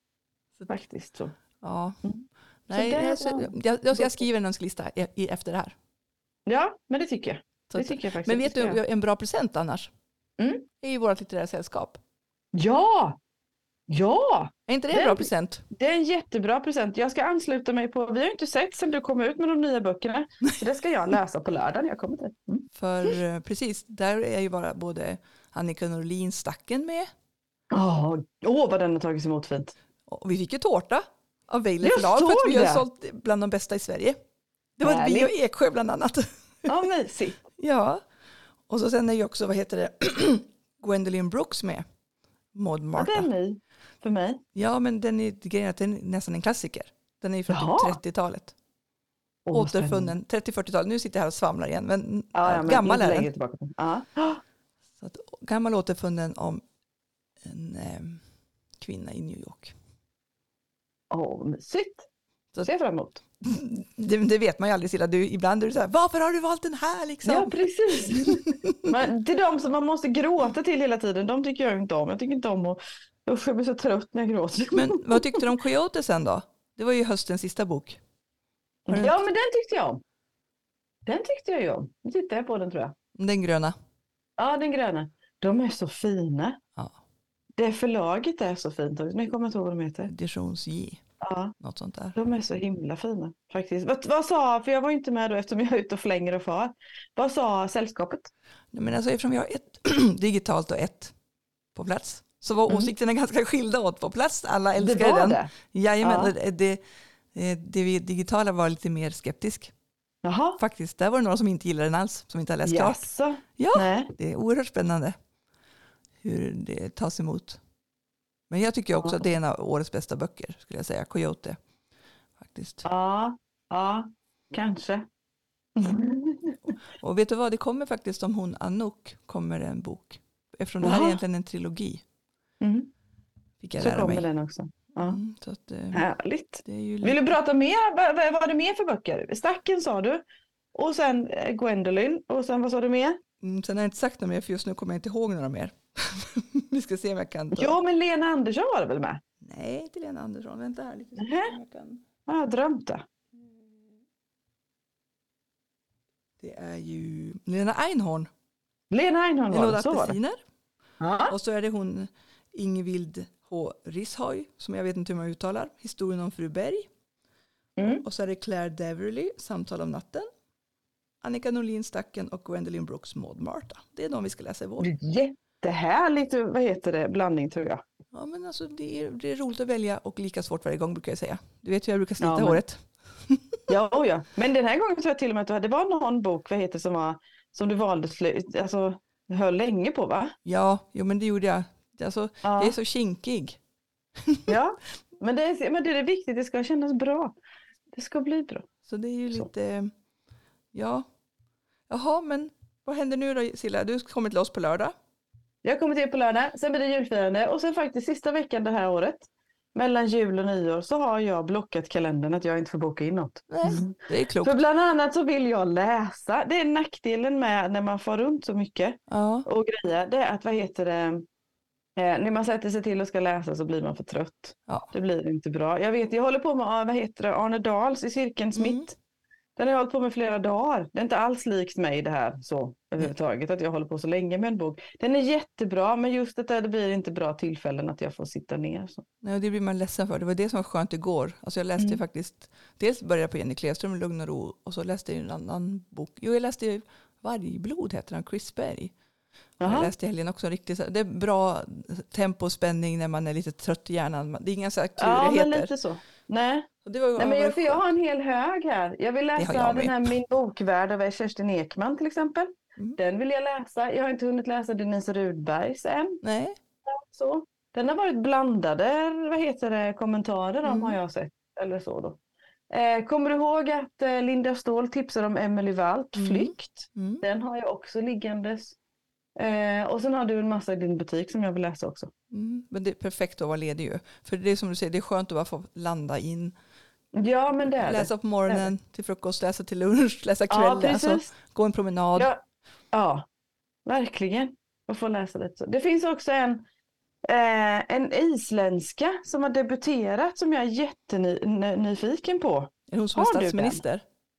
Speaker 2: Faktiskt så.
Speaker 1: Ja.
Speaker 2: Mm.
Speaker 1: Nej,
Speaker 2: Så det
Speaker 1: jag,
Speaker 2: var-
Speaker 1: jag, jag, jag skriver en önskelista i, i, efter det här.
Speaker 2: Ja, men det tycker jag.
Speaker 1: Så
Speaker 2: Det
Speaker 1: att,
Speaker 2: tycker jag faktiskt.
Speaker 1: men
Speaker 2: att
Speaker 1: vet
Speaker 2: ska
Speaker 1: du,
Speaker 2: göra.
Speaker 1: en bra present annars?
Speaker 2: Mm.
Speaker 1: Det är ju vårt litterära sällskap.
Speaker 2: Ja! Ja!
Speaker 1: Är inte det en
Speaker 2: Det-
Speaker 1: bra present?
Speaker 2: Det är en jättebra present. Jag ska ansluta mig på, vi har ju inte sett sedan du kom ut med de nya böckerna. Så det ska jag läsa på lördag när jag kommer dit. Mm.
Speaker 1: För eh, precis, där är ju bara både Annika Norlins Stacken med.
Speaker 2: Åh, åh, vad den har tagits emot fint.
Speaker 1: Och vi fick ju tårta av Weiler
Speaker 2: Jag
Speaker 1: förlag för att
Speaker 2: såg
Speaker 1: vi har
Speaker 2: det.
Speaker 1: sålt bland de bästa i Sverige. Det var vi
Speaker 2: Härligt.
Speaker 1: och Eksjö bland annat.
Speaker 2: Ja, mysigt.
Speaker 1: Ja, och så sen är ju också, vad heter det, Gwendolyn Brooks med. Maud
Speaker 2: Ja, det
Speaker 1: Marta.
Speaker 2: är ny för mig.
Speaker 1: Ja, men den är, grejen är att den är nästan en klassiker. Den är ju från
Speaker 2: Jaha.
Speaker 1: typ trettiotalet.
Speaker 2: Åh, vad spännande.
Speaker 1: Återfunnen, trettio-fyrtiotal. Nu sitter jag här och svamlar igen, men,
Speaker 2: Ja, ja, men
Speaker 1: gammal
Speaker 2: inte
Speaker 1: är
Speaker 2: längre
Speaker 1: den.
Speaker 2: tillbaka. Ja.
Speaker 1: Så att, gammal återfunnen om en eh, kvinna i New York.
Speaker 2: Åh, mysigt.
Speaker 1: Så-
Speaker 2: Ser jag fram emot.
Speaker 1: Det, det vet man ju aldrig, Silla. Du, ibland är du så här, varför har du valt den här liksom?
Speaker 2: Ja, precis. Men till de som man måste gråta till hela tiden, de tycker jag inte om. Jag tycker inte om att... Usch, jag blir så trött när jag gråter.
Speaker 1: Men vad tyckte du om Coyote sen då? Det var ju höstens sista bok. Har du-
Speaker 2: Ja, men den tyckte jag om. Den tyckte jag ju om. Nu tittar jag på den tror jag.
Speaker 1: Den gröna.
Speaker 2: Ja, den gröna. De är så fina.
Speaker 1: Ja.
Speaker 2: Det förlaget är så fint. Men jag kommer inte ihåg vad de heter.
Speaker 1: Editions J.
Speaker 2: Ja,
Speaker 1: Något sånt där.
Speaker 2: de är så himla fina faktiskt. Vad, vad sa, för jag var inte med då eftersom jag är ute och flänger och far. Vad sa sällskapet?
Speaker 1: Nej, men alltså, eftersom vi har ett digitalt och ett på plats så var
Speaker 2: Mm.
Speaker 1: åsikterna ganska skilda åt på plats. Alla
Speaker 2: Det
Speaker 1: älskade
Speaker 2: var
Speaker 1: den.
Speaker 2: det.
Speaker 1: Jajamän,
Speaker 2: Ja.
Speaker 1: det, det, det, det vi digitala var lite mer skeptisk.
Speaker 2: Jaha.
Speaker 1: Faktiskt, där var det några som inte gillade den alls, som inte har läst klart.
Speaker 2: Jaså?
Speaker 1: Ja,
Speaker 2: Nej.
Speaker 1: det är oerhört spännande hur det tas emot. Men jag tycker också
Speaker 2: Ja.
Speaker 1: att det är en av årets bästa böcker, skulle jag säga. Coyote, faktiskt.
Speaker 2: Ja, ja, kanske.
Speaker 1: Och vet du vad, det kommer faktiskt om hon Anouk kommer en bok. Eftersom det här är
Speaker 2: Jaha.
Speaker 1: egentligen en trilogi,
Speaker 2: Mm.
Speaker 1: fick jag
Speaker 2: Så
Speaker 1: lära
Speaker 2: kommer
Speaker 1: mig.
Speaker 2: den också. Ja.
Speaker 1: Mm, så att, eh,
Speaker 2: Härligt.
Speaker 1: det är ju
Speaker 2: Vill du prata mer? Vad, vad var det mer för böcker? Stacken sa du. Och sen eh, Gwendolyn. Och sen vad sa du mer?
Speaker 1: Mm, sen har jag inte sagt något mer, för just nu kommer jag inte ihåg några mer. Vi ska se om jag kan ta.
Speaker 2: Jo, men Lena Andersson var det väl med?
Speaker 1: Nej, inte Lena Andersson. Vänta här lite.
Speaker 2: Nähä.
Speaker 1: Jag kan...
Speaker 2: Jag har drömt det.
Speaker 1: Det är ju Lena Einhorn.
Speaker 2: Lena Einhorn
Speaker 1: En
Speaker 2: var
Speaker 1: låda
Speaker 2: det, så var det.
Speaker 1: apelsiner.
Speaker 2: Ja.
Speaker 1: Och så är det hon Ingvild H. Rishoj, som jag vet inte hur man uttalar. Historien om fru Berg.
Speaker 2: Mm.
Speaker 1: Och så är det Claire Deverly, Samtal om natten. Annika Norlin Stacken och Gwendolyn Brooks Maud Marta. Det är de vi ska läsa i vår.
Speaker 2: Det är jättehärligt, vad heter det, blandning tror jag.
Speaker 1: Ja, men alltså det är, det är roligt att välja och lika svårt varje gång brukar jag säga. Du vet hur jag brukar slita
Speaker 2: Ja, men-
Speaker 1: håret.
Speaker 2: Ja, oh ja. Men den här gången tror jag till och med att du hade- det var någon bok, vad heter det, som var som du valde slut, alltså höll länge på, va?
Speaker 1: Ja, jo, men det gjorde jag. Alltså,
Speaker 2: Ja.
Speaker 1: Jag är så kinkig.
Speaker 2: Ja, men det är, men det är viktigt, det ska kännas bra. Det ska bli bra.
Speaker 1: Så det är ju
Speaker 2: Så.
Speaker 1: lite, ja. Jaha, men vad händer nu då, Silla? Du kommer till oss på lördag.
Speaker 2: Jag kommer till på lördag, sen blir det julfirande och sen faktiskt sista veckan det här året, mellan jul och nyår, så har jag blockat kalendern att jag inte får boka in något.
Speaker 1: Nej, det är klokt.
Speaker 2: För bland annat så vill jag läsa. Det är nackdelen med när man får runt så mycket
Speaker 1: Ja,
Speaker 2: och grejer. Det är att, vad heter det, eh, när man sätter sig till och ska läsa så blir man för trött.
Speaker 1: ja.
Speaker 2: Det blir inte bra. Jag vet, jag håller på med, vad heter det, Arne Dahls i Cirkelns
Speaker 1: Mm.
Speaker 2: mitt. Den har jag hållit på med flera dagar. Det är inte alls likt mig det här så överhuvudtaget att jag håller på så länge med en bok. Den är jättebra, men just det där, det blir inte bra tillfällen att jag får sitta ner. Så.
Speaker 1: Nej, och det blir man ledsen för. Det var det som var skönt igår. Alltså jag läste
Speaker 2: Mm.
Speaker 1: faktiskt, dels började jag på Jenny Klevström, Lugn och ro, och så läste jag en annan bok. Jo, jag läste ju Vargblod, heter den, Chris Berg. Jag
Speaker 2: Jaha.
Speaker 1: läste i helgen också riktigt. så- Det är bra tempo och spänning när man är lite trött i hjärnan. Det är inga så här
Speaker 2: Ja, men
Speaker 1: klurigheter.
Speaker 2: lite så. Nej.
Speaker 1: Och det var,
Speaker 2: Nej, men
Speaker 1: var
Speaker 2: jag, för jag
Speaker 1: skönt.
Speaker 2: har en hel hög här. Jag vill
Speaker 1: har
Speaker 2: läsa
Speaker 1: jag
Speaker 2: den
Speaker 1: med.
Speaker 2: här Min bokvärld av Kerstin Ekman till exempel.
Speaker 1: Mm.
Speaker 2: Den vill jag läsa. Jag har inte hunnit läsa Denise Rudbergs än.
Speaker 1: Nej,
Speaker 2: Så. Den har varit blandade, vad heter det, kommentarer om
Speaker 1: Mm.
Speaker 2: har jag sett. Eller så då. Eh, kommer du ihåg att eh, Linda Ståhl tipsade om Emily Walt,
Speaker 1: Mm.
Speaker 2: Flykt?
Speaker 1: mm.
Speaker 2: Den har jag också liggandes. Eh, och sen har du en massa i din butik som jag vill läsa också.
Speaker 1: Mm. Men det är perfekt att vara ledig ju. För det är som du säger, det är skönt att bara få landa in.
Speaker 2: Ja, men det är
Speaker 1: Läsa
Speaker 2: det.
Speaker 1: på morgonen, till frukost, läsa till lunch, läsa
Speaker 2: Ja,
Speaker 1: kvällen.
Speaker 2: precis.
Speaker 1: Alltså, gå en promenad.
Speaker 2: Ja, ja, verkligen. Och få läsa lite så. Det finns också en, eh, en isländska som har debuterat som jag är jättenyfiken på.
Speaker 1: Är det hon som är
Speaker 2: Har du den?
Speaker 1: statsminister?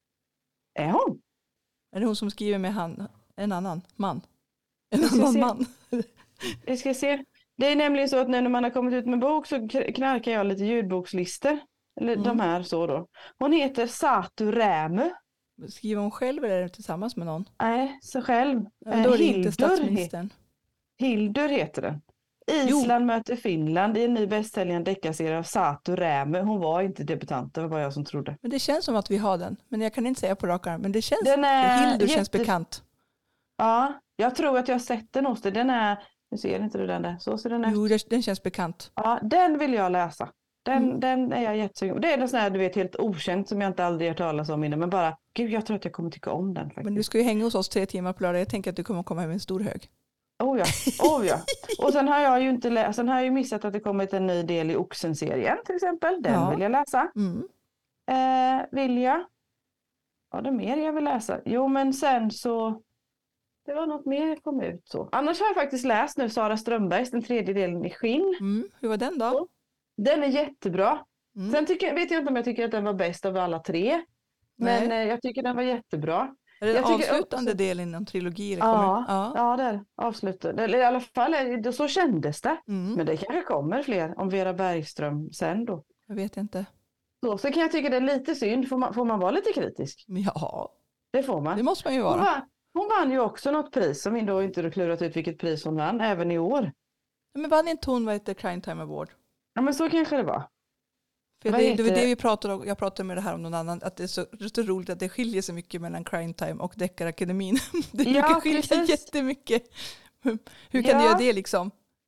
Speaker 2: Är hon?
Speaker 1: Är det hon som skriver med han, en annan man? En
Speaker 2: Jag ska
Speaker 1: annan
Speaker 2: se.
Speaker 1: man?
Speaker 2: Vi ska se. Det är nämligen så att när man har kommit ut med bok så k- knarkar jag lite ljudbokslistor. Eller
Speaker 1: Mm.
Speaker 2: de här så då. Hon heter Satu Rämö.
Speaker 1: Skriver hon själv eller är det tillsammans med någon?
Speaker 2: Nej, sig själv.
Speaker 1: Ja, då är det inte
Speaker 2: Hildur, he-
Speaker 1: statsministern.
Speaker 2: Hildur heter den. Island möter Finland i en ny bästsäljande deckarserie av Satu Rämö. Hon var inte debutant, det var bara jag som trodde.
Speaker 1: Men det känns som att vi har den. Men jag kan inte säga på rak arm. Men det känns,
Speaker 2: Den är
Speaker 1: Hildur känns
Speaker 2: jätte-
Speaker 1: bekant.
Speaker 2: Ja, jag tror att jag har sett den hos dig. Den är, nu ser inte du den där, så ser den ut.
Speaker 1: Jo, det- den känns bekant.
Speaker 2: Ja, den vill jag läsa. Den,
Speaker 1: Mm.
Speaker 2: den är jag jättesugen på. Det är något sån här, du vet, helt okänt som jag inte aldrig hört talas om innan. Men bara, gud, jag tror att jag kommer tycka om den faktiskt.
Speaker 1: Men du ska ju hänga hos oss tre timmar på lördag. Jag tänker att du kommer komma hem med en stor hög.
Speaker 2: Oh ja, oh ja. Och sen har jag ju inte lä- sen har jag ju missat att det kommit en ny del i Oxen-serien till exempel. Den
Speaker 1: Ja.
Speaker 2: vill jag läsa.
Speaker 1: Mm.
Speaker 2: Eh, vill jag. Ja, det är mer jag vill läsa. Jo, men sen så. Det var något mer som kom ut så. Annars har jag faktiskt läst nu Sara Strömbergs, den tredje delen i Skinn.
Speaker 1: Mm. Hur var den då?
Speaker 2: Den är jättebra.
Speaker 1: Mm.
Speaker 2: Sen tycker, vet jag inte om jag tycker att den var bäst av alla tre. Men
Speaker 1: Nej.
Speaker 2: eh, jag tycker den var jättebra.
Speaker 1: Är det
Speaker 2: jag
Speaker 1: den
Speaker 2: tycker
Speaker 1: avslutande
Speaker 2: också-
Speaker 1: delen inom trilogi? Eller
Speaker 2: Ja,
Speaker 1: kommer... ja.
Speaker 2: ja, det är det. Avslutat. Eller i alla fall, är det- så kändes det.
Speaker 1: Mm.
Speaker 2: Men det kanske kommer fler om Vera Bergström sen då.
Speaker 1: Jag vet inte.
Speaker 2: Så, så kan jag tycka det är lite synd. Får man, får man vara lite kritisk?
Speaker 1: Men ja,
Speaker 2: Det får man.
Speaker 1: det måste man ju
Speaker 2: Hon,
Speaker 1: vara.
Speaker 2: vann, hon vann ju också något pris som vi då inte har klurat ut vilket pris hon vann även i år.
Speaker 1: Men vann inte hon vad heter Crime Time Award?
Speaker 2: Ja, men så kanske det var.
Speaker 1: För
Speaker 2: Vad
Speaker 1: det,
Speaker 2: heter
Speaker 1: det var det
Speaker 2: det?
Speaker 1: vi pratade om. Jag pratade med det här om någon annan. Att det är så, det är så roligt att det skiljer sig mycket mellan Crime Time och Deckarakademin. Det
Speaker 2: Ja,
Speaker 1: brukar skilja
Speaker 2: precis.
Speaker 1: jättemycket. Hur, hur kan
Speaker 2: Ja.
Speaker 1: du göra det liksom?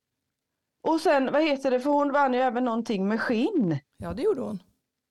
Speaker 2: Och sen, vad heter det? För hon vann ju även någonting med skinn.
Speaker 1: Ja, det gjorde hon.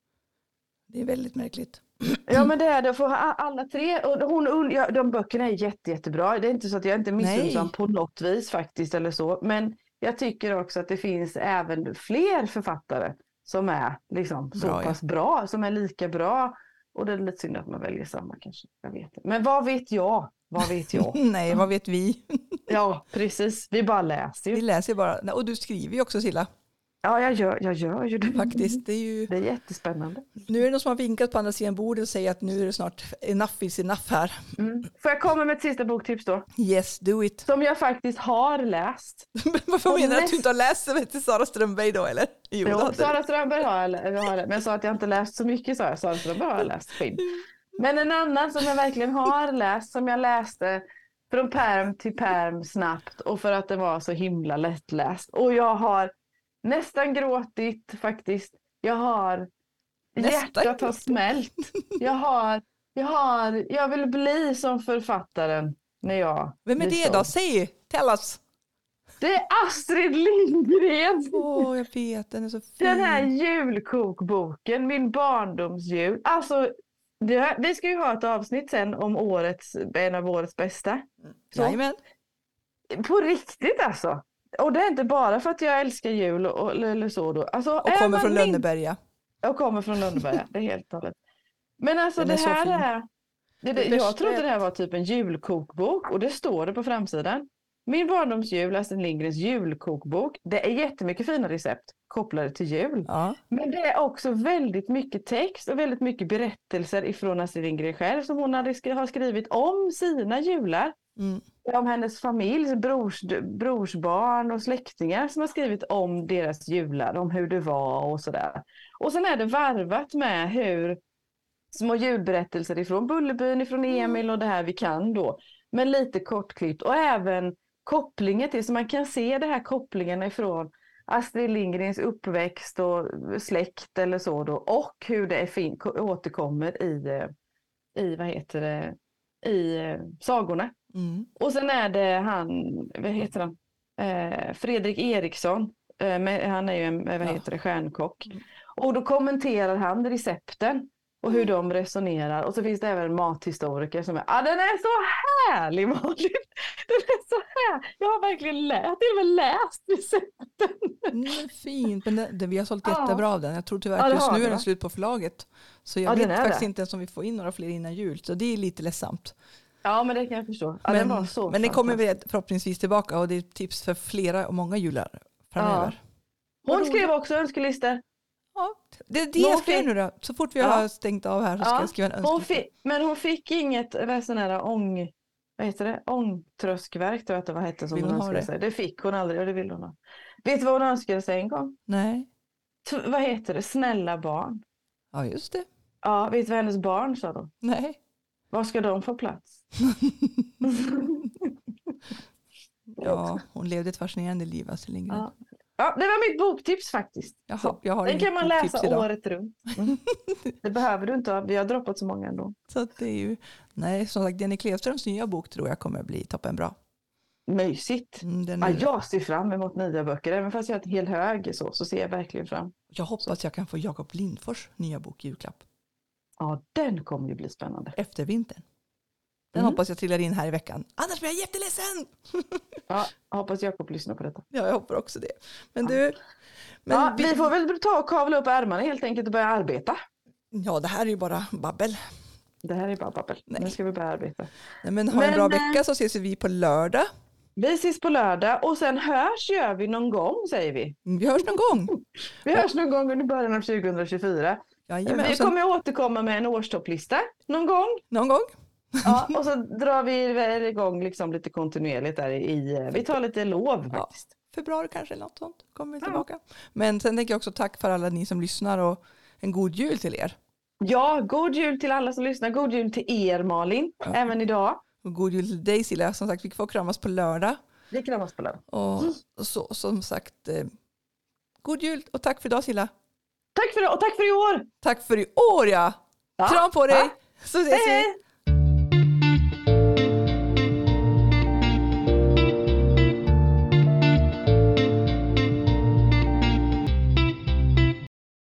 Speaker 1: Det är väldigt märkligt.
Speaker 2: Ja, men det är det för alla tre. Och hon, ja, de böckerna är jätte, jättebra. Det är inte så att jag inte är missunnsam
Speaker 1: Nej.
Speaker 2: på något vis faktiskt eller så. Men jag tycker också att det finns även fler författare som är liksom så
Speaker 1: Bra, ja.
Speaker 2: pass bra, som är lika bra. Och det är lite synd att man väljer samma kanske. Jag vet inte. Men vad vet jag? Vad vet jag?
Speaker 1: Nej, vad vet vi?
Speaker 2: Ja, precis. Vi bara läser
Speaker 1: Vi
Speaker 2: ju.
Speaker 1: läser bara. Och du skriver ju också, Silla.
Speaker 2: Ja, jag gör, jag gör ju det.
Speaker 1: Faktiskt, det är ju...
Speaker 2: Det är jättespännande.
Speaker 1: Nu är det någon som har vinkat på andra sidan bordet och säger att nu är det snart enough is enough här.
Speaker 2: Mm. Får jag komma med ett sista boktips då?
Speaker 1: Yes, do it.
Speaker 2: Som jag faktiskt har läst.
Speaker 1: Varför menar du
Speaker 2: näst...
Speaker 1: att du inte har läst det till Sara Strömberg då, eller?
Speaker 2: Jo, jo Sara Strömberg har jag, har jag, men jag sa att jag inte läst så mycket, sa jag. Sara Strömberg har jag läst skinn. Men en annan som jag verkligen har läst, som jag läste från perm till perm snabbt och för att det var så himla lättläst. Och jag har nästan gråtit faktiskt. Jag har nästan hjärtat har smält. Jag har, jag har, jag vill bli som författaren när jag...
Speaker 1: Vem är det då? Säg, tell us.
Speaker 2: Det är Astrid Lindgren.
Speaker 1: Åh, oh, jag vet, den är så fin.
Speaker 2: Den här julkokboken, min barndomsjul. Alltså, det, vi ska ju ha ett avsnitt sen om årets, en av årets bästa.
Speaker 1: Jajamän.
Speaker 2: På riktigt alltså. Och det är inte bara för att jag älskar jul och, eller så då. Alltså,
Speaker 1: och kommer från
Speaker 2: min...
Speaker 1: Lönneberga.
Speaker 2: Och kommer från Lönneberga, det är helt taget. Men alltså det
Speaker 1: är
Speaker 2: här är... Det, det,
Speaker 1: det
Speaker 2: jag trodde det här var typ en julkokbok och det står det på framsidan. Min barndomsjul, Astrid Lindgrens julkokbok. Det är jättemycket fina recept kopplade till jul. Ja. Men det är också väldigt mycket text och väldigt mycket berättelser ifrån Astrid Lindgren själv som hon har skrivit om sina jular. Mm. Om hennes familj, brors, brorsbarn och släktingar som har skrivit om deras jular, om hur det var och sådär. Och sen är det varvat med hur små julberättelser ifrån Bullerbyn, ifrån Emil och det här vi kan då. Men lite kortklippt och även kopplingar till, så man kan se det här kopplingarna ifrån Astrid Lindgrens uppväxt och släkt eller så då, och hur det är fin- återkommer i, i, vad heter det, i sagorna. Mm. Och sen är det han, vad heter han, eh, Fredrik Eriksson, eh, med, han är ju en, vad heter det, stjärnkock. Mm. Och då kommenterar han recepten och hur de resonerar. Och så finns det även en mathistoriker som är, ah, den är så härlig, Malin. Den är så här. Jag har verkligen läst, till och med läst recepten.
Speaker 1: Mm, fint, men det, det, vi har sålt jättebra av den. Jag tror tyvärr att ja, just nu är den slut på förlaget. Så jag ja, vet faktiskt det. inte ens om vi får in några fler innan jul. Så det är lite ledsamt.
Speaker 2: Ja, men det kan jag förstå. Ja,
Speaker 1: men
Speaker 2: den var så
Speaker 1: men det kommer vi förhoppningsvis tillbaka och det är tips för flera och många jular framöver.
Speaker 2: Ja. Hon skrev också önskelistor.
Speaker 1: Ja, det är det jag ska nu då. Så fort vi ja. har stängt av här så ska ja. jag skriva en önskelista.
Speaker 2: Hon men hon fick inget sån här ång, vad heter det? Ångtröskverk, tror jag att det var hette som vill hon önskade det? sig. Det fick hon aldrig och det vill hon ha. Vet du vad hon önskade sig en gång?
Speaker 1: Nej.
Speaker 2: T- vad heter det? Snälla barn.
Speaker 1: Ja, just det.
Speaker 2: Ja, vet du vad hennes barn sa då?
Speaker 1: Nej.
Speaker 2: Var ska de få plats?
Speaker 1: Ja, hon levde ett fascinerande liv, Astrid Lindgren.
Speaker 2: Ja. Ja, det var mitt boktips faktiskt.
Speaker 1: Jaha, jag har
Speaker 2: den kan man läsa
Speaker 1: idag.
Speaker 2: året runt. Mm. Det behöver du inte ha. Vi har droppat så många ändå.
Speaker 1: Så att det är ju, nej, som sagt, Jenny Klevströms nya bok tror jag kommer bli toppenbra.
Speaker 2: Mysigt. Mm, den är... ja, jag ser fram emot nya böcker. Även fast jag har ett helt hög så, så ser jag verkligen fram.
Speaker 1: Jag hoppas så. jag kan få Jakob Lindfors nya bok i julklapp.
Speaker 2: Ja, den kommer ju bli spännande.
Speaker 1: Efter vintern. Den mm. hoppas jag trillar in här i veckan. Annars blir jag jätteledsen.
Speaker 2: Ja, jag hoppas Jakob lyssnar på detta.
Speaker 1: Ja, jag hoppas också det. Men du... Men
Speaker 2: ja, vi... vi får väl ta och kavla upp ärmarna helt enkelt och börja arbeta.
Speaker 1: Ja, det här är ju bara babbel.
Speaker 2: Det här är bara babbel. Nej. Nu ska vi börja arbeta.
Speaker 1: Nej, men ha men, en bra vecka så ses vi på lördag.
Speaker 2: Vi ses på lördag och sen hörs gör vi någon gång, säger vi.
Speaker 1: Vi hörs någon gång.
Speaker 2: Vi hörs någon gång under början av tjugohundratjugofyra.
Speaker 1: Jajamän,
Speaker 2: vi
Speaker 1: sen...
Speaker 2: kommer återkomma med en årstopplista någon gång.
Speaker 1: Någon gång.
Speaker 2: Ja, och så drar vi igång liksom lite kontinuerligt där i, vi tar lite lov faktiskt.
Speaker 1: Ja, februari kanske eller något sånt kommer vi tillbaka. Ja. Men sen tänker jag också tack för alla ni som lyssnar och en god jul till er.
Speaker 2: Ja, god jul till alla som lyssnar. God jul till er, Malin, ja. Även idag.
Speaker 1: Och god jul till dig, Silla. Som sagt, vi får kramas på lördag.
Speaker 2: Vi kramas på lördag.
Speaker 1: Och, och så, som sagt, eh, god jul och tack för idag, Silla.
Speaker 2: Tack för, och tack för i år.
Speaker 1: Tack för i år, ja. ja. Kram på dig. Ja. Så ses vi.